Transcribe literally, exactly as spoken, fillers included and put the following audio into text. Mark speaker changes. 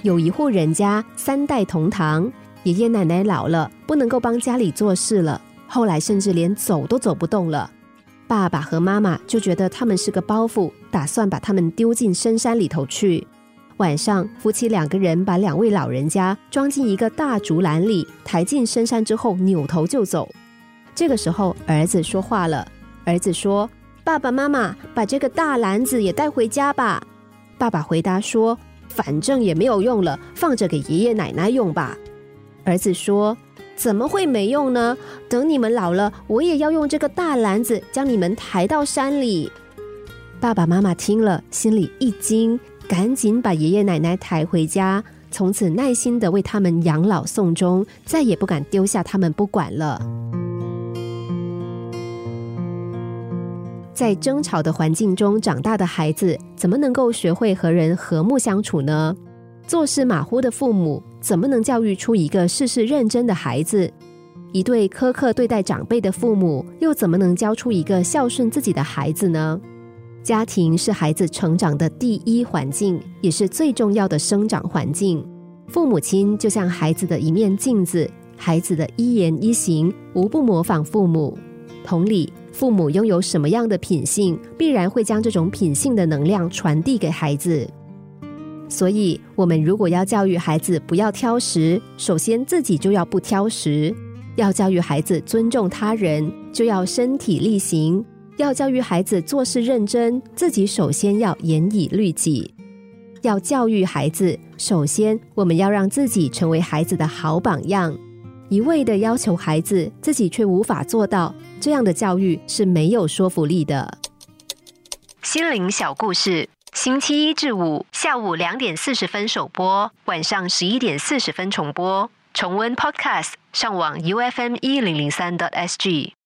Speaker 1: 有一户人家三代同堂，爷爷奶奶老了，不能够帮家里做事了，后来甚至连走都走不动了。爸爸和妈妈就觉得他们是个包袱，打算把他们丢进深山里头去。晚上，夫妻两个人把两位老人家装进一个大竹篮里，抬进深山之后扭头就走。这个时候儿子说话了，儿子说：爸爸妈妈，把这个大篮子也带回家吧。爸爸回答说：反正也没有用了，放着给爷爷奶奶用吧。儿子说：怎么会没用呢？等你们老了，我也要用这个大篮子将你们抬到山里。爸爸妈妈听了，心里一惊，赶紧把爷爷奶奶抬回家，从此耐心地为他们养老送终，再也不敢丢下他们不管了。在争吵的环境中长大的孩子，怎么能够学会和人和睦相处呢？做事马虎的父母，怎么能教育出一个事事认真的孩子？一对苛刻对待长辈的父母，又怎么能教出一个孝顺自己的孩子呢？家庭是孩子成长的第一环境，也是最重要的生长环境。父母亲就像孩子的一面镜子，孩子的一言一行无不模仿父母。同理，父母拥有什么样的品性，必然会将这种品性的能量传递给孩子。所以我们如果要教育孩子不要挑食，首先自己就要不挑食；要教育孩子尊重他人，就要身体力行；要教育孩子做事认真，自己首先要严以律己。要教育孩子，首先我们要让自己成为孩子的好榜样。一味的要求孩子，自己却无法做到，这样的教育是没有说服力的。心灵小故事，星期一至五下午两点四十分首播，晚上十一点四十分重播。重温 Podcast， 上网 U F M 一零零三 点 S G。